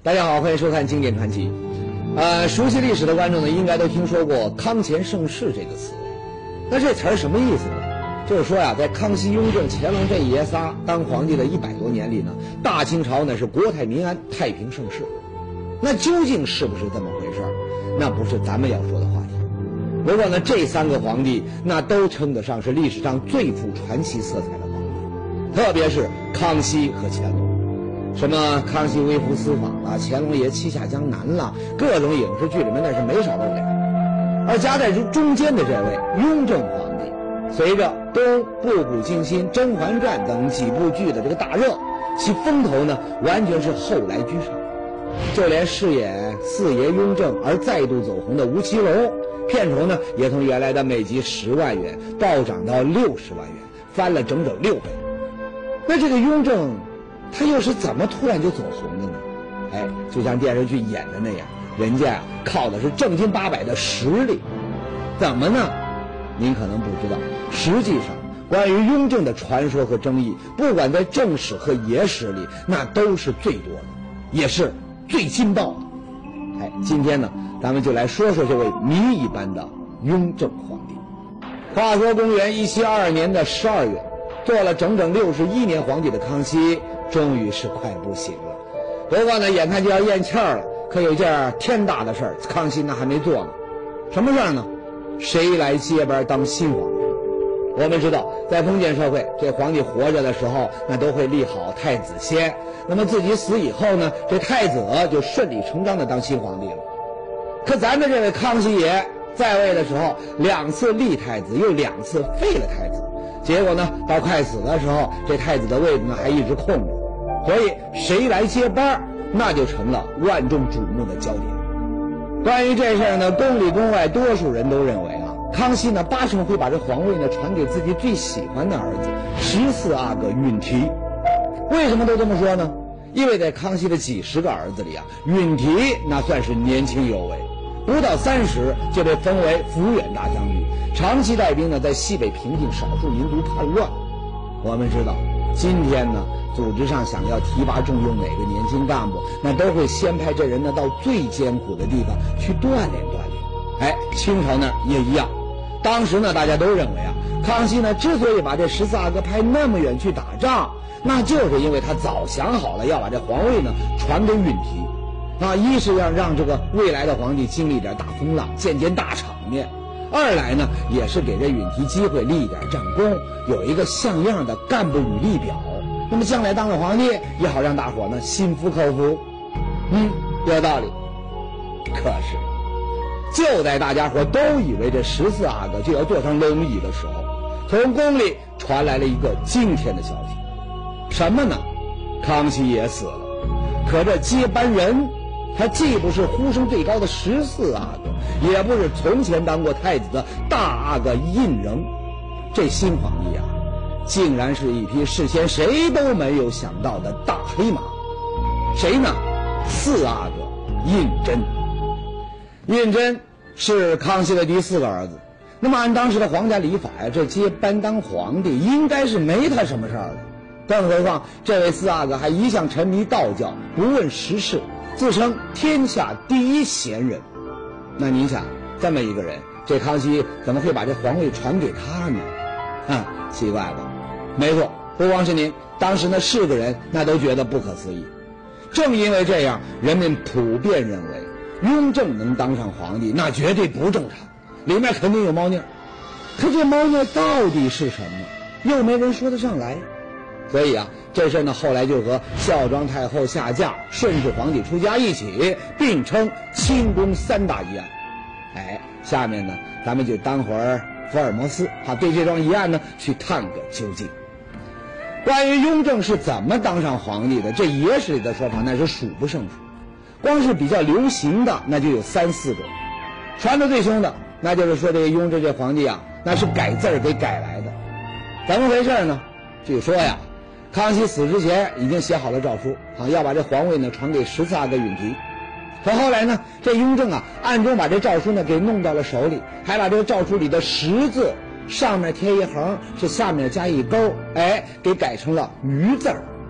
大家好，欢迎收看经典传奇。熟悉历史的观众呢，应该都听说过康乾盛世这个词。那这词儿什么意思呢？就是说呀，在康熙、雍正、乾隆这爷仨当皇帝的100多年里呢，大清朝呢是国泰民安、太平盛世。那究竟是不是这么回事？那不是咱们要说的话题。不过呢，这3个皇帝那都称得上是历史上最富传奇色彩的皇帝，特别是康熙和乾隆。什么康熙微服私访了，乾隆爷七下江南了，各种影视剧里面那是没少露脸。而夹在中间的这位雍正皇帝，随着《步步惊心》《甄嬛传》等几部剧的这个大热，其风头呢完全是后来居上。就连饰演4爷雍正而再度走红的吴奇隆，片酬呢也从原来的每集10万元暴涨到60万元，翻了整整6倍。那这个雍正他又是怎么突然就走红的呢？就像电视剧演的那样，人家靠的是正经八百的实力。怎么呢？您可能不知道，实际上关于雍正的传说和争议，不管在正史和野史里，那都是最多的，也是最劲爆的。今天呢，咱们就来说说这位谜一般的雍正皇帝。话说公元1722年的12月，做了整整61年皇帝的康熙，终于是快不行了。不过呢，眼看就要咽气儿了，可有件天大的事儿，康熙那还没做呢。什么事儿呢？谁来接班当新皇帝？我们知道，在封建社会，这皇帝活着的时候，那都会立好太子先。那么自己死以后呢，这太子就顺理成章的当新皇帝了。可咱的这位康熙爷在位的时候，2次立太子，又2次废了太子。结果呢，到快死的时候，这太子的位子呢还一直空着。所以谁来接班，那就成了万众瞩目的焦点。关于这事儿呢，宫里宫外多数人都认为康熙呢8成会把这皇位呢传给自己最喜欢的儿子14阿哥允提。为什么都这么说呢？因为在康熙的几十个儿子里允提那算是年轻有为，不到30就被封为抚远大将军，长期带兵呢在西北平定少数民族叛乱。我们知道，今天呢组织上想要提拔重用哪个年轻干部，那都会先派这人呢到最艰苦的地方去锻炼锻炼。清朝呢也一样。当时呢大家都认为康熙呢之所以把这14阿哥派那么远去打仗，那就是因为他早想好了要把这皇位呢传给允提。一是要让这个未来的皇帝经历点大风浪，见见大场面；二来呢也是给这允提机会立一点战功，有一个像样的干部履历表。那么将来当了皇帝也好让大伙呢心服口服。有道理。可是就在大家伙都以为这14阿哥就要坐上龙椅的时候，从宫里传来了一个惊天的消息。什么呢？康熙也死了。可这接班人，他既不是呼声最高的14阿哥，也不是从前当过太子的大阿哥胤禛。这新皇帝竟然是一匹事先谁都没有想到的大黑马。谁呢？4阿哥胤禛。胤禛是康熙的第4个儿子。那么按当时的皇家礼法这接班当皇帝应该是没他什么事儿的。更何况这位4阿哥还一向沉迷道教，不问时事，自称天下第一贤人。那您想，这么一个人，这康熙怎么会把这皇位传给他呢？奇怪吧？没错，不光是您，当时那是个人那都觉得不可思议。正因为这样，人们普遍认为雍正能当上皇帝那绝对不正常，里面肯定有猫腻。可这猫腻到底是什么，又没人说得上来。所以这事呢后来就和孝庄太后下嫁、顺治皇帝出家一起并称清宫3大疑案。下面呢咱们就当会儿福尔摩斯对这桩疑案呢去探个究竟。关于雍正是怎么当上皇帝的，这野史里的说法那是数不胜数，光是比较流行的那就有3、4种。传得最凶的那就是说这个雍正这皇帝那是改字儿给改来的。怎么回事呢？据说康熙死之前已经写好了诏书要把这皇位呢传给14阿哥允提。可后来呢，这雍正暗中把这诏书呢给弄到了手里，还把这个诏书里的10字上面贴一横，是下面加一勾，给改成了余字儿。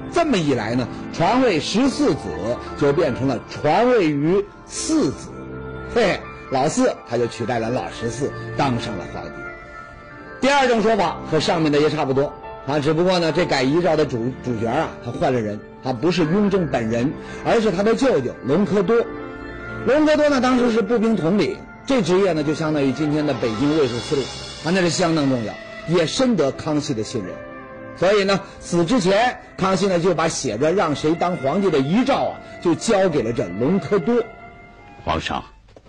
这么一来呢，传位14子就变成了传位于4子。嘿，老4他就取代了老14，当上了皇帝。第二种说法和上面的也差不多啊，只不过呢，这改遗诏的主角啊，他换了人，他不是雍正本人，而是他的舅舅隆科多。隆科多呢，当时是步兵统领，这职业呢，就相当于今天的北京卫戍司令，那是相当重要，也深得康熙的信任。所以呢，死之前，康熙呢就把写着让谁当皇帝的遗诏啊，就交给了这隆科多。 皇上，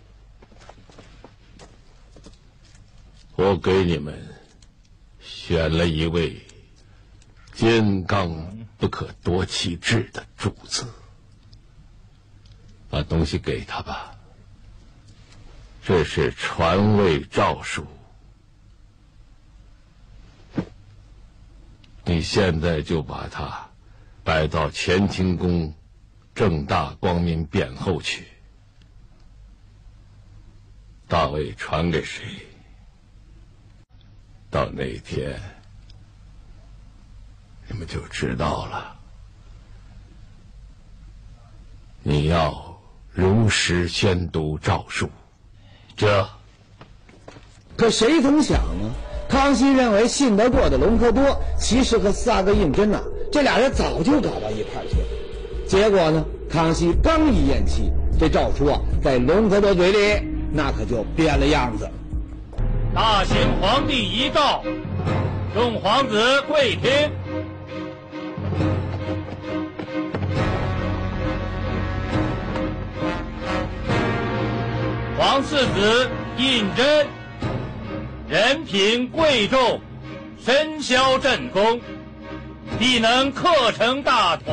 我给你们选了一位坚刚不可多其志的主子，把东西给他吧。这是传位诏书，你现在就把它摆到乾清宫正大光明匾后去。大位传给谁，到那天你们就知道了。你要如实宣读诏书。这可谁曾想呢？康熙认为信得过的隆科多，其实和4阿哥胤禛这俩人早就搞到一块儿去了。结果呢，康熙刚一咽气，这诏书啊，在隆科多嘴里那可就变了样子。 大行皇帝遗诏，众皇子跪听。皇四子胤禛，人品贵重，身销正宫，必能克成大统。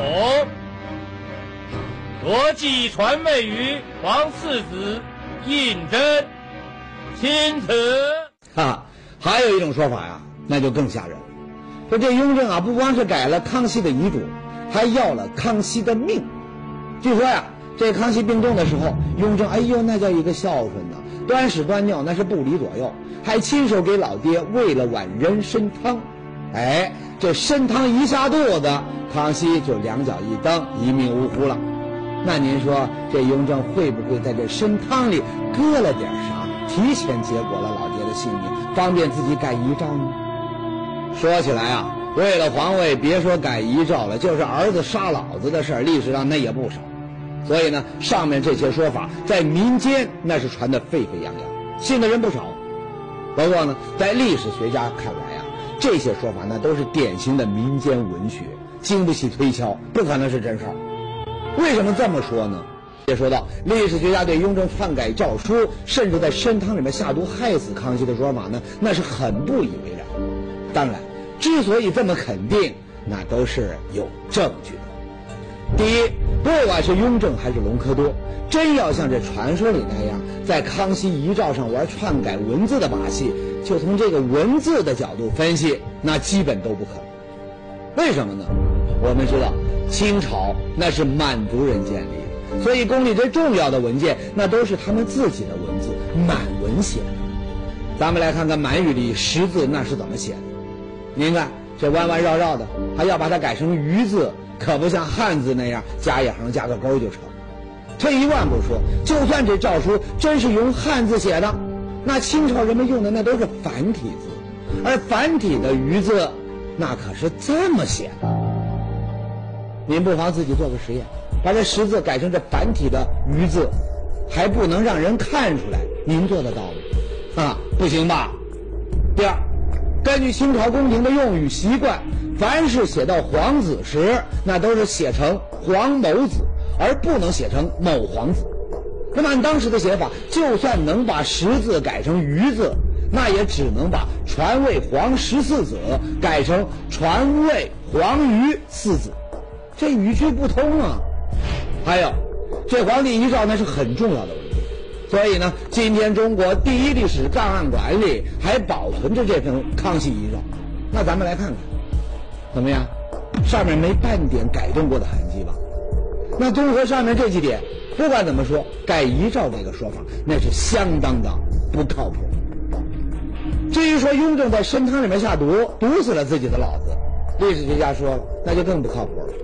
罗记传位于皇四子胤禛，钦此。 还有一种说法呀，那就更吓人了。说这雍正啊，不光是改了康熙的遗嘱，还要了康熙的命。据说呀，这康熙病重的时候，雍正哎呦那叫一个孝顺呐，端屎端尿那是不离左右，还亲手给老爹喂了碗人参汤。哎，这参汤一下肚子，康熙就两脚一蹬，一命呜呼了。那您说这雍正会不会在这参汤里搁了点啥，提前结果了老爹的性命，方便自己改遗诏呢？说起来啊，为了皇位，别说改遗诏了，就是儿子杀老子的事儿，历史上那也不少。所以呢，上面这些说法在民间那是传得沸沸扬扬，信的人不少。不过呢，在历史学家看来啊，这些说法呢都是典型的民间文学，经不起推敲，不可能是真事儿。为什么这么说呢？也说到历史学家对雍正篡改诏书，甚至在参汤里面下毒害死康熙的说法呢，那是很不以为然。当然，之所以这么肯定，那都是有证据的。第一，不管是雍正还是隆科多，真要像这传说里那样在康熙遗诏上玩篡改文字的把戏，就从这个文字的角度分析，那基本都不可能。为什么呢？我们知道清朝那是满族人建立的，所以宫里最重要的文件那都是他们自己的文字，满文写的。咱们来看看满语里识字那是怎么写的。您看这弯弯绕绕的，还要把它改成鱼字，可不像汉字那样加一行加个勾就成。退一万步说，就算这诏书真是用汉字写的，那清朝人们用的那都是繁体字，而繁体的鱼字那可是这么写的。您不妨自己做个实验，把这识字改成这繁体的鱼字，还不能让人看出来，您做得到吗？不行吧。第二，根据清朝宫廷的用语习惯，凡是写到皇子时，那都是写成黄某子，而不能写成某皇子。那么按当时的写法，就算能把识字改成鱼字，那也只能把传位皇14子改成传位皇于4子，这语句不通啊。还有，这皇帝遗诏那是很重要的文件，所以呢，今天中国第一历史档案馆里还保存着这份康熙遗诏。那咱们来看看，怎么样？上面没半点改动过的痕迹吧？那综合上面这几点，不管怎么说，改遗诏这个说法那是相当的不靠谱。至于说雍正在参汤里面下毒，毒死了自己的老子，历史学家说了，那就更不靠谱了。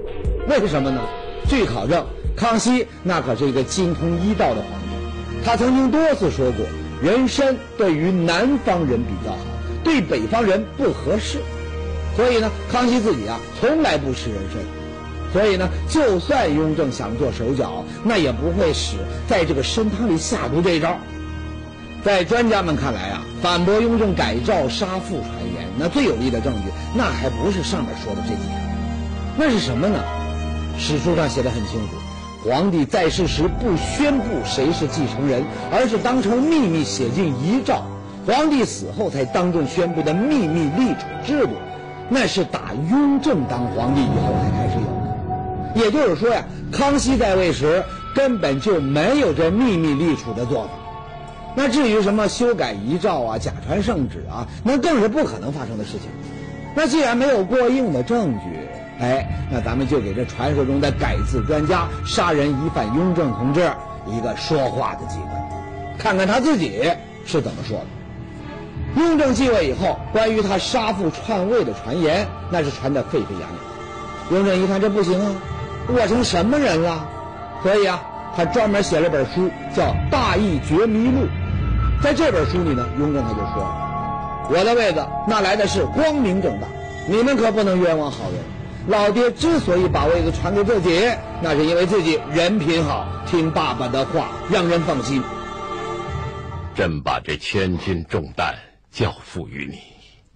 为什么呢？据考证，康熙那可是一个精通医道的皇帝，他曾经多次说过，人参对于南方人比较好，对北方人不合适。所以呢，康熙自己从来不吃人参。所以呢，就算雍正想做手脚，那也不会使在这个参汤里下毒这一招。在专家们看来反驳雍正改诏杀父传言，那最有力的证据，那还不是上面说的这几条，那是什么呢？史书上写得很清楚，皇帝在世时不宣布谁是继承人，而是当成秘密写进遗诏，皇帝死后才当众宣布的秘密立储制度，那是打雍正当皇帝以后才开始有的。也就是说康熙在位时根本就没有这秘密立储的做法。那至于什么修改遗诏假传圣旨那更是不可能发生的事情。那既然没有过硬的证据，那咱们就给这传说中的改字专家、杀人疑犯雍正同志一个说话的机会，看看他自己是怎么说的。雍正继位以后，关于他杀父篡位的传言，那是传得沸沸扬扬。雍正一看这不行我成什么人了？所以他专门写了本书，叫《大义觉迷录》。在这本书里呢，雍正他就说了，我的位子那来的是光明正大，你们可不能冤枉好人。老爹之所以把位子传给自己，那是因为自己人品好，听爸爸的话，让人放心。 朕把这千斤重担交付于你，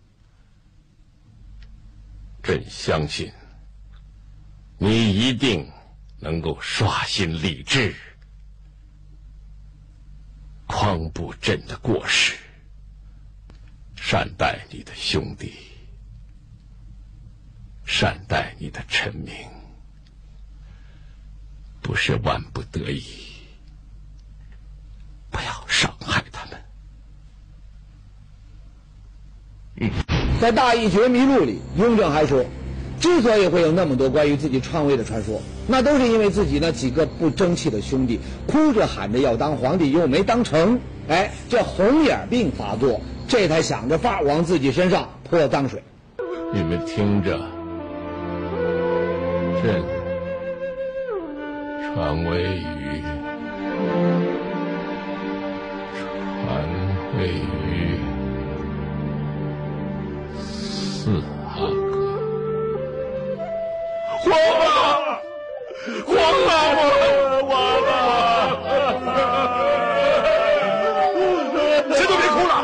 朕相信你一定能够刷新吏治，匡补朕的过失，善待你的兄弟，善待你的臣民，不是万不得已，不要伤害他们。 在《大义觉迷录》里，雍正还说，之所以会有那么多关于自己篡位的传说，那都是因为自己那几个不争气的兄弟哭着喊着要当皇帝，又没当成，这红眼病发作，这才想着法往自己身上泼脏水。 你们听着，朕传位于4阿哥。 皇啊！皇啊！皇啊！谁都别哭了！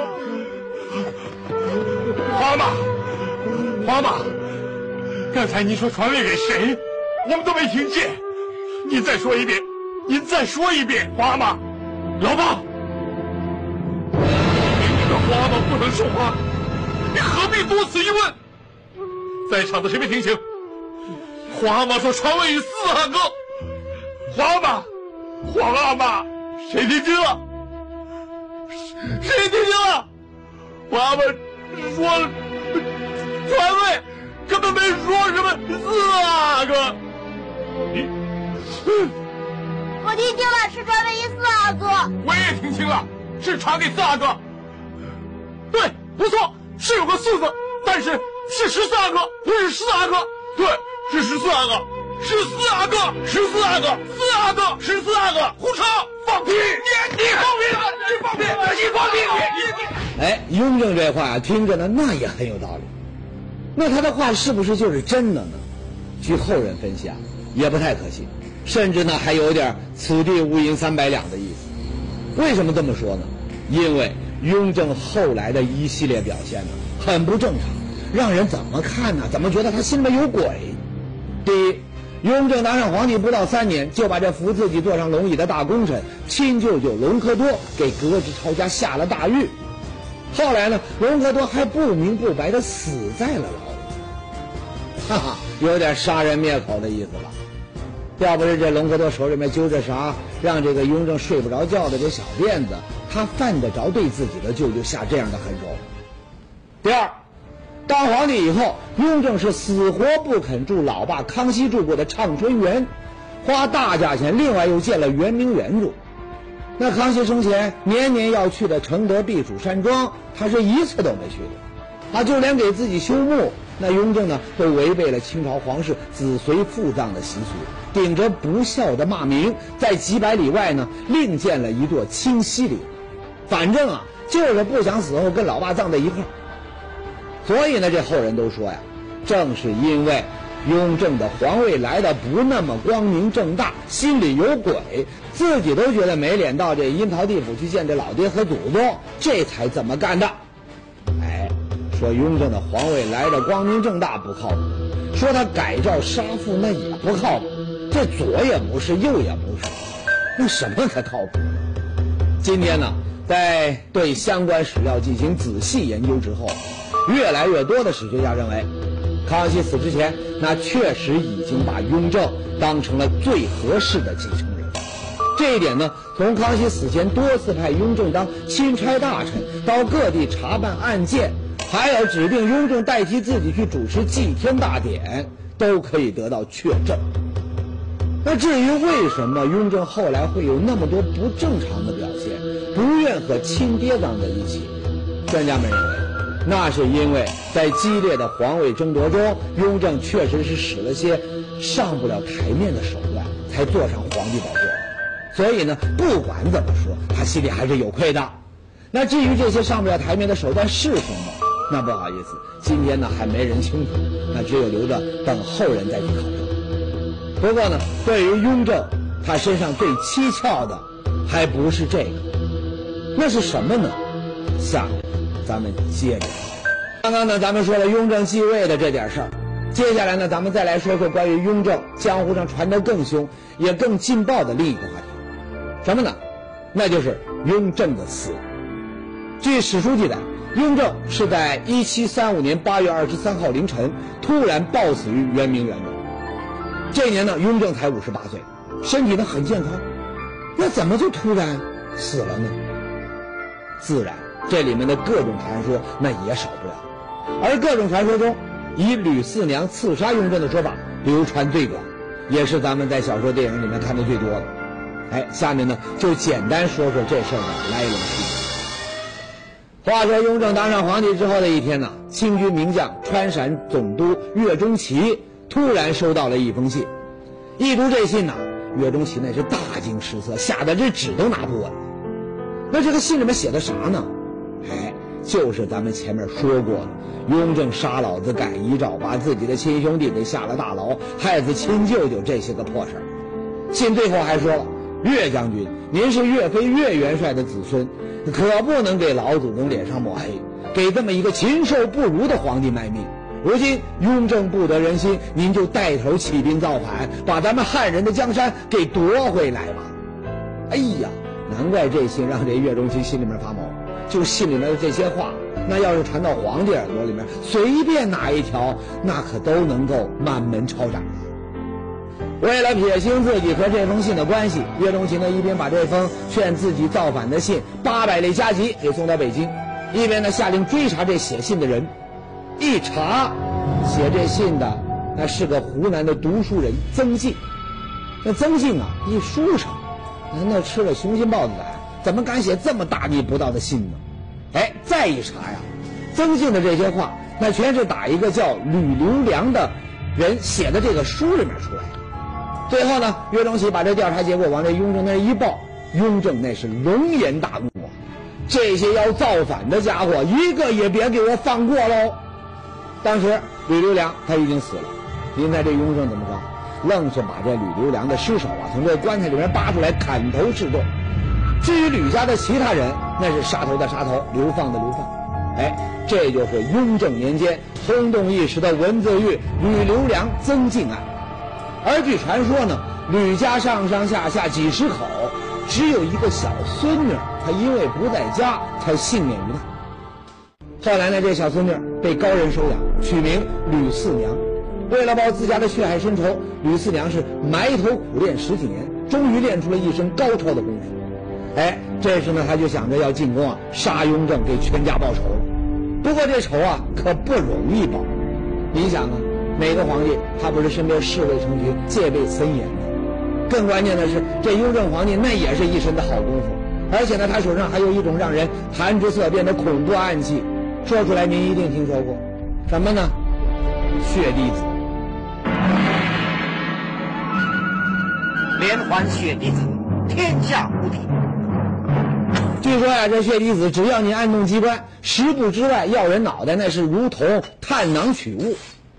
皇妈，皇妈，刚才您说传位给谁？我们都没听见。您再说一遍，您再说一遍，皇妈。老爸，你个皇妈不能说话，你何必多此一问？在场的谁没听清？皇阿玛说传位于4阿哥。皇阿玛，皇阿玛，谁听清了？谁听清了？皇阿玛说传位，根本没说什么4阿哥。 我听清了，是传位于4阿哥。 我也听清了，是传给4阿哥。对，不错，是有个4字，但是是14阿哥，不是4阿哥。对，是14阿哥，14阿哥，14阿哥，4阿哥，14阿哥，胡扯，放屁！你放屁！你放屁！ 雍正这话听着呢，那也很有道理。那他的话是不是就是真的呢？据后人分析也不太可信，甚至呢还有点此地无银300两的意思。为什么这么说呢？因为雍正后来的一系列表现呢很不正常，让人怎么看呢？怎么觉得他心里面有鬼？第一，雍正当上皇帝不到3年，就把这扶自己坐上龙椅的大功臣亲舅舅隆科多给革职抄家下了大狱。后来呢，隆科多还不明不白的死在了牢里，有点杀人灭口的意思了。要不是这隆科多手里面揪着啥让这个雍正睡不着觉的这小辫子，他犯得着对自己的舅舅下这样的狠手？第二，当皇帝以后，雍正是死活不肯住老爸康熙住过的畅春园，花大价钱另外又建了圆明园住。那康熙生前年年要去的承德避暑山庄，他是一次都没去过。 就连给自己修墓，那雍正呢都违背了清朝皇室子随父葬的习俗，顶着不孝的骂名，在几百里外呢另建了一座清溪陵，反正啊就是不想死后跟老爸葬在一块儿。所以呢这后人都说呀，正是因为雍正的皇位来的不那么光明正大，心里有鬼，自己都觉得没脸到这阴曹地府去见这老爹和祖宗，这才这么干的。说雍正的皇位来的光明正大不靠谱，说他改诏杀父那也不靠谱，这左也不是右也不是，那什么才靠谱？今天呢，在对相关史料进行仔细研究之后，越来越多的史学家认为，康熙死之前那确实已经把雍正当成了最合适的继承人。这一点呢，从康熙死前多次派雍正当钦差大臣，到各地查办案件，还有指定雍正代替自己去主持祭天大典，都可以得到确证。那至于为什么雍正后来会有那么多不正常的表现，不愿和亲爹葬在一起，专家们认为，那是因为在激烈的皇位争夺中，雍正确实是使了些上不了台面的手段，才坐上皇帝宝座。所以呢，不管怎么说，他心里还是有愧的。那至于这些上不了台面的手段是什么，那不好意思，今天呢还没人清楚，那只有留着等后人再去考证。不过呢，对于雍正，他身上最蹊跷的还不是这个，那是什么呢？下面咱们接着说。刚刚呢咱们说了雍正继位的这点事儿，接下来呢咱们再来说说关于雍正江湖上传得更凶也更劲爆的另一个话题，什么呢？那就是雍正的死。据史书记载，雍正是在1735年8月23号凌晨突然暴死于圆明园中。这年呢，雍正才58岁，身体呢很健康，那怎么就突然死了呢？自然，这里面的各种传说那也少不了，而各种传说中，以吕四娘刺杀雍正的说法流传最广，也是咱们在小说电影里面看的最多的。下面呢就简单说说这事儿的来龙去脉。话说雍正当上皇帝之后的一天呢，清军名将川陕总督岳钟琪突然收到了一封信。一读这信呢，岳钟琪那是大惊失色，吓得这纸都拿不稳。那这个信里面写的啥呢？就是咱们前面说过的，雍正杀老子改遗诏，把自己的亲兄弟给下了大牢，害死亲舅舅这些个破事儿。信最后还说了，岳将军，您是岳飞岳元帅的子孙，可不能给老祖宗脸上抹黑，给这么一个禽兽不如的皇帝卖命。如今雍正不得人心，您就带头起兵造反，把咱们汉人的江山给夺回来吧。哎呀，难怪这信让这岳钟琪心里面发毛，就信里面的这些话，那要是传到皇帝耳朵里面，随便哪一条，那可都能够满门抄斩了。为了撇清自己和这封信的关系，岳钟琪呢一边把这封劝自己造反的信800类加急给送到北京，一边呢下令追查这写信的人。一查，写这信的那是个湖南的读书人曾静。那曾静啊，一书生，难道吃了雄心豹子胆，怎么敢写这么大逆不道的信呢？再一查呀，曾静的这些话那全是打一个叫吕留良的人写的这个书里面出来的。最后呢，岳钟琪把这调查结果往这雍正那一报，雍正那是龙颜大怒啊，这些要造反的家伙一个也别给我放过喽。当时吕留良他已经死了，您猜这雍正怎么着？愣是把这吕留良的尸首啊从这棺材里面扒出来砍头示众。至于吕家的其他人，那是杀头的杀头，流放的流放。这就是雍正年间轰动一时的文字狱吕留良曾静案。而据传说呢，吕家上上下下几十口，只有一个小孙女，她因为不在家才幸免于难。后来呢，这小孙女被高人收养，取名吕四娘。为了报自家的血海深仇，吕四娘是埋头苦练10几年，终于练出了一身高超的功夫。这时呢，他就想着要进宫杀雍正，给全家报仇了。不过这仇可不容易报。你想每个皇帝他不是身边侍卫成群，戒备森严吗？更关键的是，这雍正皇帝那也是一身的好功夫，而且呢，他手上还有一种让人谈之色变的恐怖暗器。 说出来您一定听说过，什么呢？血滴子。 连环血滴子，天下无敌。 据说呀，这血滴子只要你按动机关，10步之外要人脑袋，那是如同探囊取物。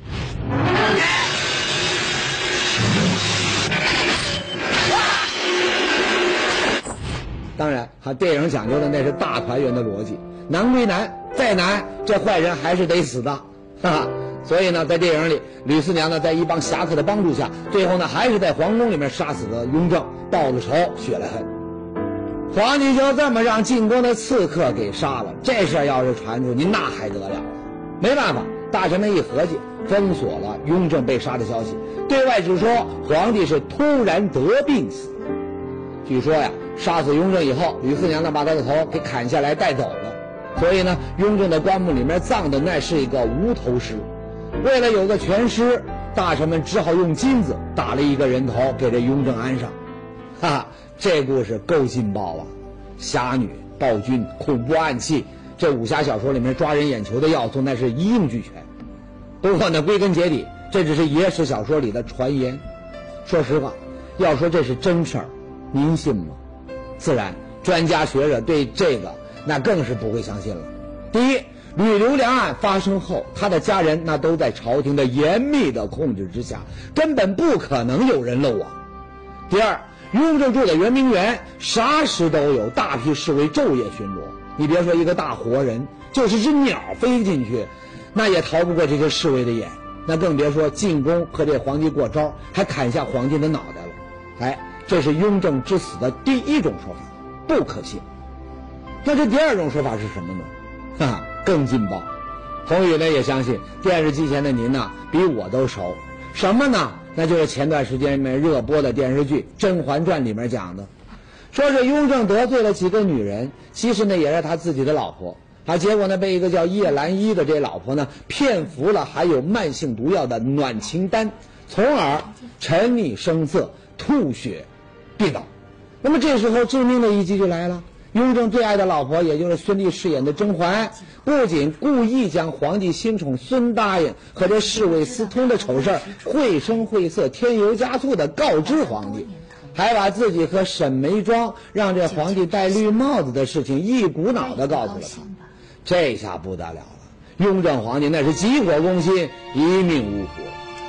当然，电影讲究的那是大团圆的逻辑，难归难，再难，这坏人还是得死的，哈哈。所以呢，在电影里，吕四娘呢，在一帮侠客的帮助下，最后呢，还是在皇宫里面杀死了雍正，报了仇，雪了恨。皇帝就这么让进宫的刺客给杀了，这事儿要是传出去，那还得了？没办法，大臣们一合计，封锁了雍正被杀的消息，对外只说皇帝是突然得病死。据说呀，杀死雍正以后，吕四娘呢把他的头给砍下来带走了，所以呢，雍正的棺木里面葬的那是一个无头尸。为了有个全尸，大臣们只好用金子打了一个人头给这雍正安上。哈哈，这故事够劲爆啊！侠女、暴君、恐怖暗器，这武侠小说里面抓人眼球的要素那是一应俱全。不过呢，归根结底，这只是野史小说里的传言。说实话，要说这是真事儿，您信吗？自然，专家学者对这个那更是不会相信了。第一，吕留良案发生后，他的家人那都在朝廷的严密的控制之下，根本不可能有人漏网。第二，雍正住的圆明园啥时都有大批侍卫昼夜巡逻，你别说一个大活人，就是只鸟飞进去，那也逃不过这些侍卫的眼，那更别说进宫和这皇帝过招，还砍下皇帝的脑袋了。哎，这是雍正之死的第一种说法，不可信。那这第二种说法是什么呢？哈哈，更劲爆。宏宇呢也相信，电视机前的您呢比我都熟。什么呢？那就是前段时间里面热播的电视剧《甄嬛传》里面讲的，说是雍正得罪了几个女人，其实呢也是他自己的老婆结果呢被一个叫叶澜依的这老婆呢骗服了含有慢性毒药的暖情丹，从而沉溺声色，吐血病倒。那么这时候致命的一击就来了，雍正最爱的老婆，也就是孙俪饰演的甄嬛，不仅故意将皇帝新宠孙答应和这侍卫私通的丑事绘声绘色、添油加醋的告知皇帝，还把自己和沈眉庄让这皇帝戴绿帽子的事情一股脑的告诉了他。这下不得了了，雍正皇帝那是急火攻心，一命呜呼。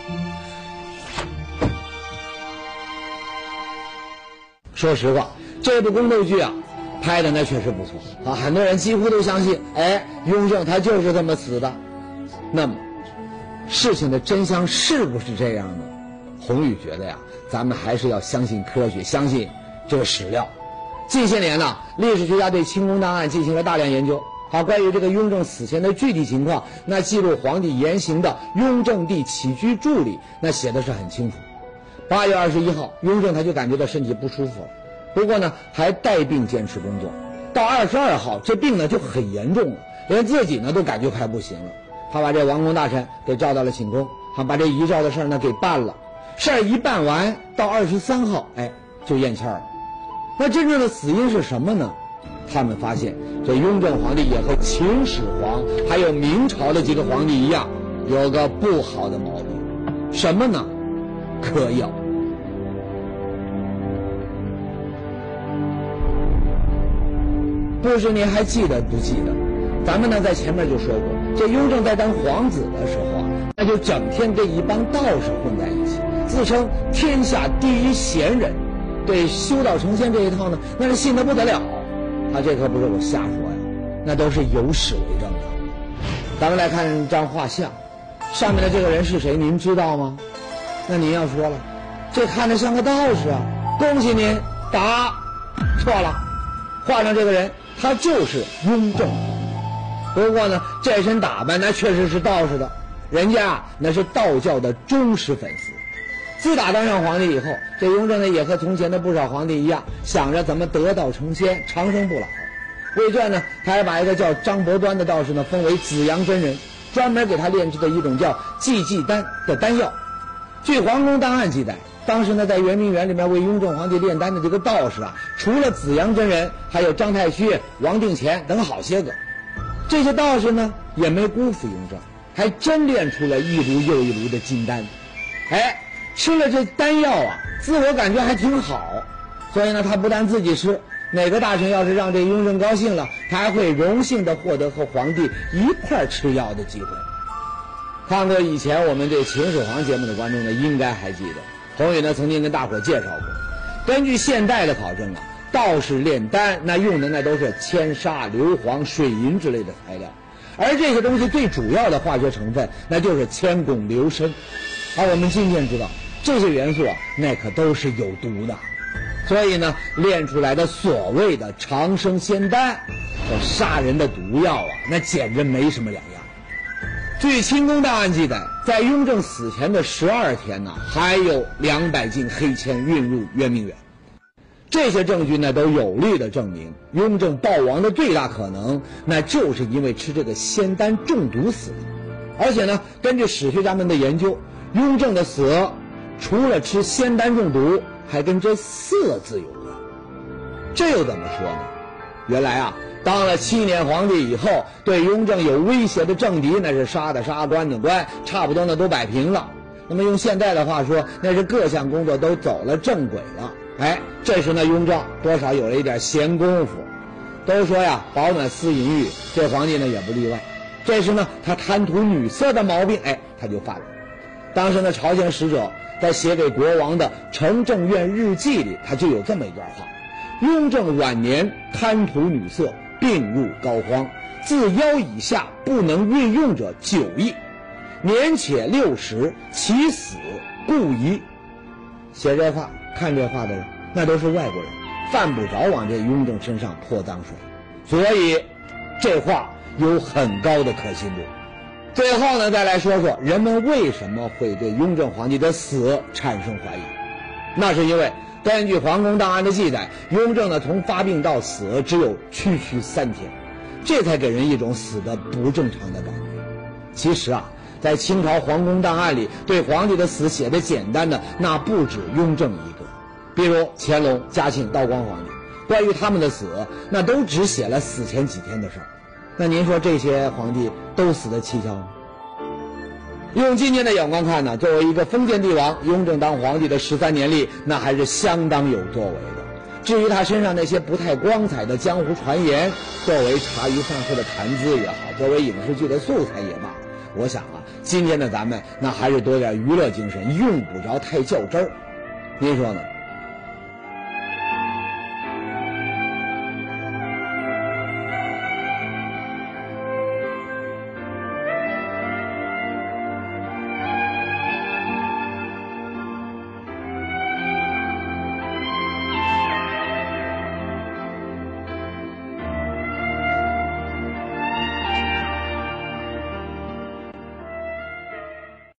说实话，这部宫斗剧拍的那确实不错很多人几乎都相信，雍正他就是这么死的。那么事情的真相是不是这样呢？宏宇觉得呀，咱们还是要相信科学，相信这个史料。近些年呢，历史学家对清宫档案进行了大量研究关于这个雍正死前的具体情况，那记录皇帝言行的《雍正帝起居注》里那写的是很清楚。8月21号，雍正他就感觉到身体不舒服了，不过呢还带病坚持工作。到22号，这病呢就很严重了，连自己呢都感觉快不行了。他把这王公大臣给召到了寝宫，把这遗诏的事呢给办了。事儿一办完，到23号，就咽气儿了。那真正的死因是什么呢？他们发现这雍正皇帝也和秦始皇还有明朝的几个皇帝一样，有个不好的毛病，什么呢？嗑药。不知您还记得不记得？咱们呢在前面就说过，这雍正在当皇子的时候那就整天跟一帮道士混在一起，自称天下第一贤人，对修道成仙这一套呢，那是信得不得了。他这可不是我瞎说呀，那都是有史为证的。咱们来看张画像，上面的这个人是谁？您知道吗？那您要说了，这看着像个道士恭喜您，答错了。画上这个人，他就是雍正。不过呢，这身打扮那确实是道士的，人家那是道教的忠实粉丝。自打当上皇帝以后，这雍正呢也和从前的不少皇帝一样，想着怎么得道成仙，长生不老。为这呢，他还把一个叫张伯端的道士呢封为紫阳真人，专门给他炼制的一种叫济济丹的丹药。据皇宫档案记载，当时呢在圆明园里面为雍正皇帝炼丹的这个道士除了紫阳真人，还有张太虚、王定乾等好些个。 这些道士呢也没辜负雍正，还真炼出了一炉又一炉的金丹。哎，吃了这丹药啊，自我感觉还挺好。所以呢，他不但自己吃，哪个大臣要是让这雍正高兴了，他还会荣幸地获得和皇帝一块吃药的机会。看过以前我们这秦始皇节目的观众呢，应该还记得，宏宇呢曾经跟大伙介绍过，根据现代的考证啊，道士炼丹那用的那都是铅砂、硫磺、水银之类的材料，而这些东西最主要的化学成分那就是铅、汞、硫、砷。而我们今天知道，这些元素啊，那可都是有毒的。所以呢，炼出来的所谓的长生仙丹和杀人的毒药啊，那简直没什么两样。据清宫档案记载，在雍正死前的12天呢，还有200斤黑铅运入圆明园。这些证据呢，都有力地证明雍正暴亡的最大可能，那就是因为吃这个仙丹中毒死的。而且呢，根据史学家们的研究，雍正的死除了吃仙丹中毒，还跟这4个字有关。这又怎么说呢？原来啊，当了7年皇帝以后，对雍正有威胁的政敌那是杀的杀，关的关，差不多呢都摆平了。那么用现代的话说，那是各项工作都走了正轨了。哎，这时呢，雍正多少有了一点闲工夫。都说呀，饱暖思淫欲，这皇帝呢也不例外。这时呢，他贪图女色的毛病，哎，他就犯了。当时呢，朝鲜使者在写给国王的承政院日记里，他就有这么一段话：雍正晚年贪图女色，病入膏肓，自腰以下不能运用者9亿，年且60，其死故疑。写这话、看这话的人，那都是外国人，犯不着往这雍正身上泼脏水，所以这话有很高的可信度。最后呢，再来说说人们为什么会对雍正皇帝的死产生怀疑。那是因为根据皇宫档案的记载，雍正呢从发病到死只有区3天，这才给人一种死得不正常的感觉。其实啊，在清朝皇宫档案里，对皇帝的死写的简单的那不止雍正一个，比如乾隆、嘉庆、道光皇帝，关于他们的死那都只写了死前几天的事儿。那您说这些皇帝都死得蹊跷吗？用今天的眼光看呢，作为一个封建帝王，雍正当皇帝的13年里，那还是相当有作为的。至于他身上那些不太光彩的江湖传言，作为茶余饭后的谈资也好，作为影视剧的素材也罢，我想啊，今天的咱们那还是多点娱乐精神，用不着太较真儿。您说呢？